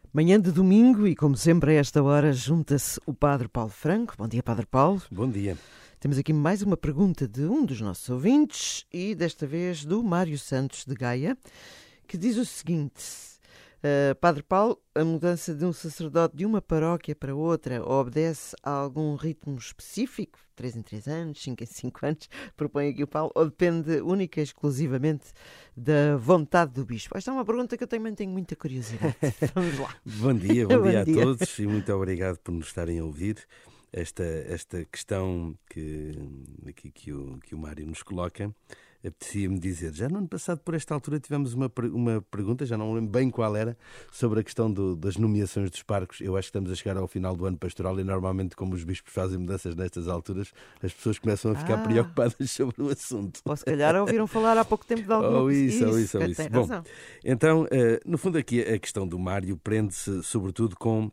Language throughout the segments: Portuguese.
Manhã de domingo e, como sempre, a esta hora junta-se o Padre Paulo Franco. Bom dia, Padre Paulo. Bom dia. Temos aqui mais uma pergunta de um dos nossos ouvintes e, desta vez, do Mário Santos de Gaia, que diz o seguinte: Padre Paulo, a mudança de um sacerdote de uma paróquia para outra obedece a algum ritmo específico? 3 em 3 anos, 5 em 5 anos, propõe aqui o Paulo, ou depende única e exclusivamente da vontade do bispo? Esta é uma pergunta que eu também tenho muita curiosidade. Vamos lá. Bom dia Bom a dia. todos e muito obrigado por nos estarem a ouvir. Esta questão que o Mário nos coloca, apetecia-me dizer, já no ano passado, por esta altura, tivemos uma pergunta, já não lembro bem qual era, sobre a questão das nomeações dos parcos. Eu acho que estamos a chegar ao final do ano pastoral e normalmente, como os bispos fazem mudanças nestas alturas, as pessoas começam a ficar preocupadas sobre o assunto. Ou se calhar ouviram falar há pouco tempo de alguma coisa. Isso. Bom, então, no fundo aqui a questão do Mário prende-se sobretudo com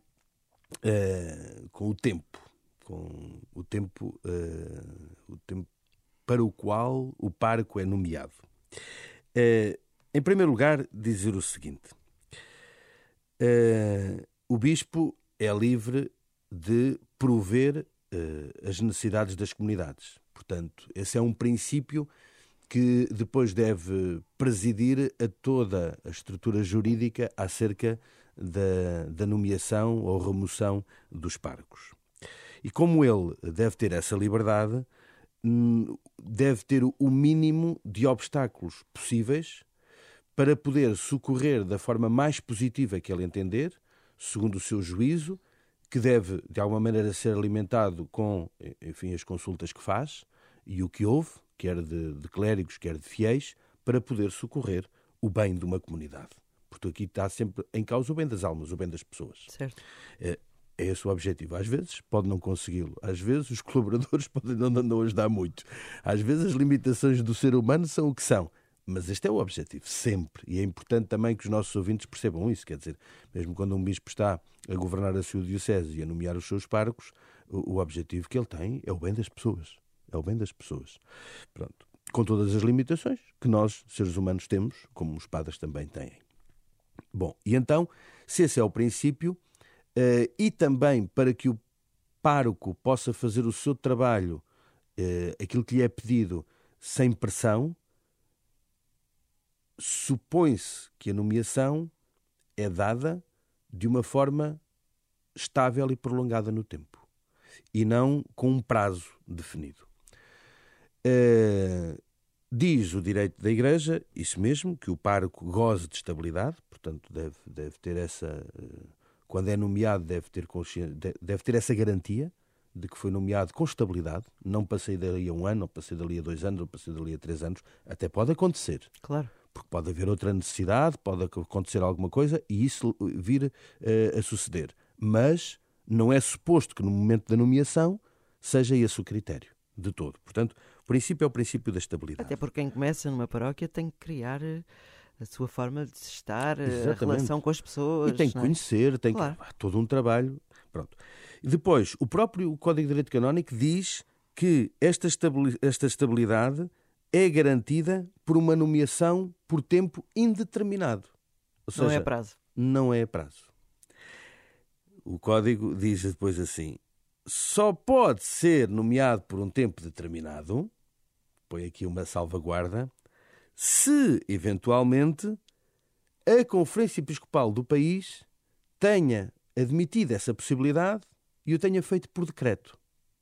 o tempo. Com o tempo para o qual o pároco é nomeado. Em primeiro lugar, dizer o seguinte: o bispo é livre de prover as necessidades das comunidades. Portanto, esse é um princípio que depois deve presidir a toda a estrutura jurídica acerca da nomeação ou remoção dos párocos. E como ele deve ter essa liberdade, deve ter o mínimo de obstáculos possíveis para poder socorrer da forma mais positiva que ele entender, segundo o seu juízo, que deve, de alguma maneira, ser alimentado com, enfim, as consultas que faz e o que ouve, quer de clérigos, quer de fiéis, para poder socorrer o bem de uma comunidade. Porque aqui está sempre em causa o bem das almas, o bem das pessoas. Certo. É esse o objetivo. Às vezes pode não consegui-lo. Às vezes os colaboradores podem não ajudar muito. Às vezes as limitações do ser humano são o que são. Mas este é o objetivo, sempre. E é importante também que os nossos ouvintes percebam isso. Quer dizer, mesmo quando um bispo está a governar a sua diocese e a nomear os seus párocos, o objetivo que ele tem é o bem das pessoas. É o bem das pessoas. Pronto. Com todas as limitações que nós, seres humanos, temos, como os padres também têm. Bom, e então, se esse é o princípio, e também para que o pároco possa fazer o seu trabalho, aquilo que lhe é pedido, sem pressão, supõe-se que a nomeação é dada de uma forma estável e prolongada no tempo, e não com um prazo definido. Diz o direito da Igreja, isso mesmo, que o pároco goze de estabilidade, portanto deve ter essa... Quando é nomeado, deve ter essa garantia de que foi nomeado com estabilidade. Não passei dali a 1 ano, ou passei dali a 2 anos, ou passei dali a 3 anos. Até pode acontecer. Claro. Porque pode haver outra necessidade, pode acontecer alguma coisa e isso vir a suceder. Mas não é suposto que no momento da nomeação seja esse o critério, de todo. Portanto, o princípio é o princípio da estabilidade. Até porque quem começa numa paróquia tem que criar a sua forma de estar, Exatamente. a relação com as pessoas. E tem que conhecer, tem claro. que... todo um trabalho. Pronto. E depois, o próprio Código de Direito Canónico diz que esta estabilidade é garantida por uma nomeação por tempo indeterminado. Ou seja, não é prazo. Não é prazo. O Código diz depois assim: só pode ser nomeado por um tempo determinado, põe aqui uma salvaguarda, se, eventualmente, a Conferência Episcopal do país tenha admitido essa possibilidade e o tenha feito por decreto.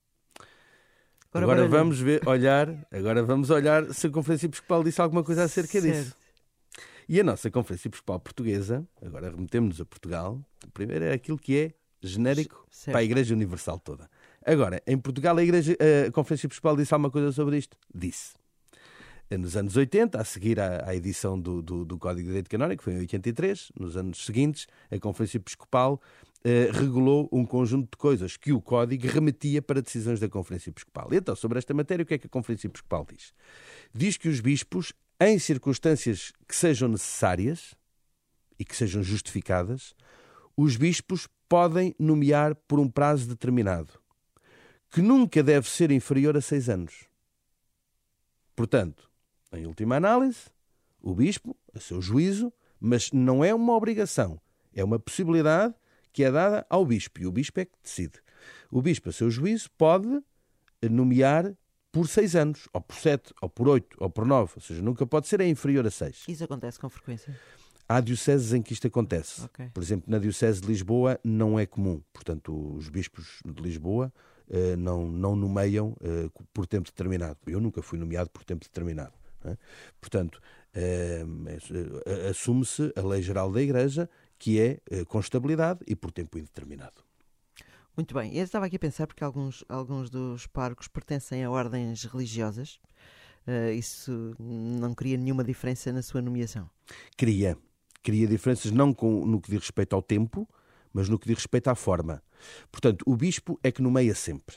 Agora vamos olhar se a Conferência Episcopal disse alguma coisa acerca disso. E a nossa Conferência Episcopal Portuguesa, agora remetemos-nos a Portugal, primeiro é aquilo que é genérico para a Igreja Universal toda. Agora, em Portugal, a Conferência Episcopal disse alguma coisa sobre isto? Disse. Nos anos 80, a seguir à edição do Código de Direito Canónico, que foi em 83, nos anos seguintes, a Conferência Episcopal regulou um conjunto de coisas que o Código remetia para decisões da Conferência Episcopal. E então, sobre esta matéria, o que é que a Conferência Episcopal diz? Diz que os bispos, em circunstâncias que sejam necessárias e que sejam justificadas, os bispos podem nomear por um prazo determinado, que nunca deve ser inferior a 6 anos. Portanto, em última análise, o bispo, a seu juízo, mas não é uma obrigação, É uma possibilidade que é dada ao bispo, e o bispo é que decide. O bispo, a seu juízo, pode nomear por 6 anos, ou por 7, ou por 8, ou por 9, ou seja, nunca pode ser inferior a 6. Isso acontece com frequência? Há dioceses em que isto acontece. Okay. Por exemplo, na diocese de Lisboa não é comum. Portanto, os bispos de Lisboa não nomeiam por tempo determinado. Eu nunca fui nomeado por tempo determinado. Não é? Portanto, assume-se a lei geral da Igreja, que é com estabilidade e por tempo indeterminado. Muito bem. Eu estava aqui a pensar porque alguns dos párocos pertencem a ordens religiosas. Isso não cria nenhuma diferença na sua nomeação? Cria diferenças não no que diz respeito ao tempo, mas no que diz respeito à forma. Portanto, o bispo é que nomeia sempre.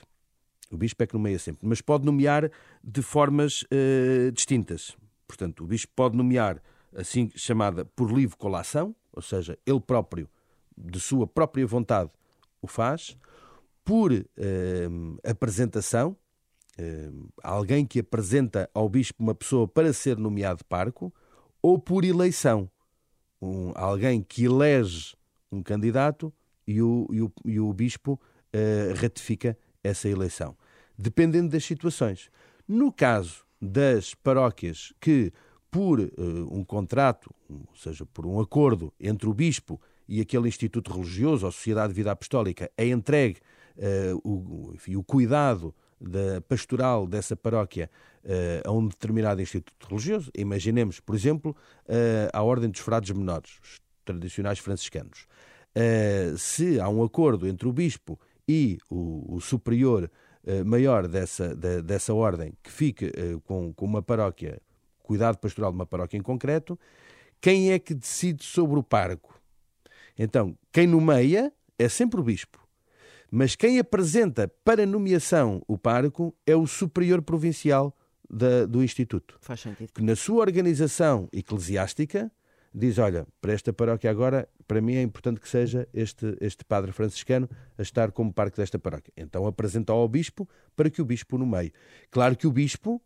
Mas pode nomear de formas distintas. Portanto, o bispo pode nomear assim chamada por livre colação, ou seja, ele próprio, de sua própria vontade, o faz, por apresentação, alguém que apresenta ao bispo uma pessoa para ser nomeado pároco, ou por eleição, alguém que elege um candidato e o bispo ratifica essa eleição, dependendo das situações. No caso das paróquias que, por um contrato, ou seja, por um acordo entre o bispo e aquele instituto religioso ou sociedade de vida apostólica, é entregue o cuidado da pastoral dessa paróquia a um determinado instituto religioso. Imaginemos, por exemplo, a Ordem dos Frades Menores, os tradicionais franciscanos. Se há um acordo entre o bispo e o superior maior dessa ordem, que fique com uma paróquia, cuidado pastoral de uma paróquia em concreto, quem é que decide sobre o pároco? Então, quem nomeia é sempre o bispo. Mas quem apresenta para nomeação o pároco é o superior provincial do Instituto. Faz sentido. Que na sua organização eclesiástica diz, olha, para esta paróquia agora, para mim é importante que seja este padre franciscano a estar como pároco desta paróquia. Então apresenta ao bispo para que o bispo nomeie. Claro que o bispo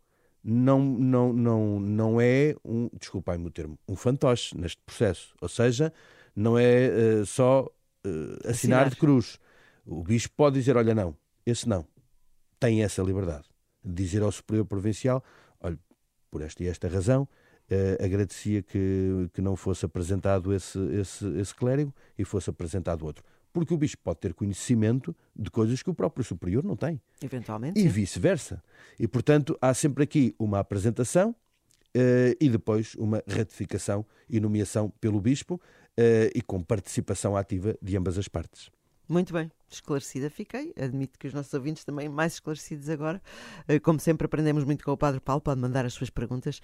não é desculpem-me o termo, um fantoche neste processo. Ou seja, não é só assinar de cruz. O bispo pode dizer, olha, não, esse não. Tem essa liberdade de dizer ao superior provincial, olha, por esta e esta razão, agradecia que não fosse apresentado esse clérigo e fosse apresentado outro. Porque o bispo pode ter conhecimento de coisas que o próprio superior não tem. Eventualmente. E vice-versa. E, portanto, há sempre aqui uma apresentação e depois uma ratificação e nomeação pelo bispo e com participação ativa de ambas as partes. Muito bem, esclarecida fiquei. Admito que os nossos ouvintes também mais esclarecidos agora. Como sempre, aprendemos muito com o Padre Paulo. Pode mandar as suas perguntas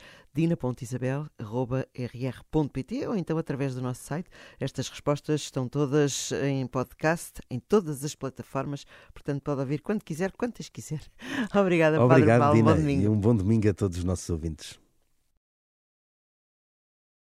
dina.isabel@rr.pt ou então através do nosso site. Estas respostas estão todas em podcast, em todas as plataformas. Portanto, pode ouvir quando quiser, quantas quiser. Obrigada, Padre Paulo. Dina, bom domingo. E um bom domingo a todos os nossos ouvintes.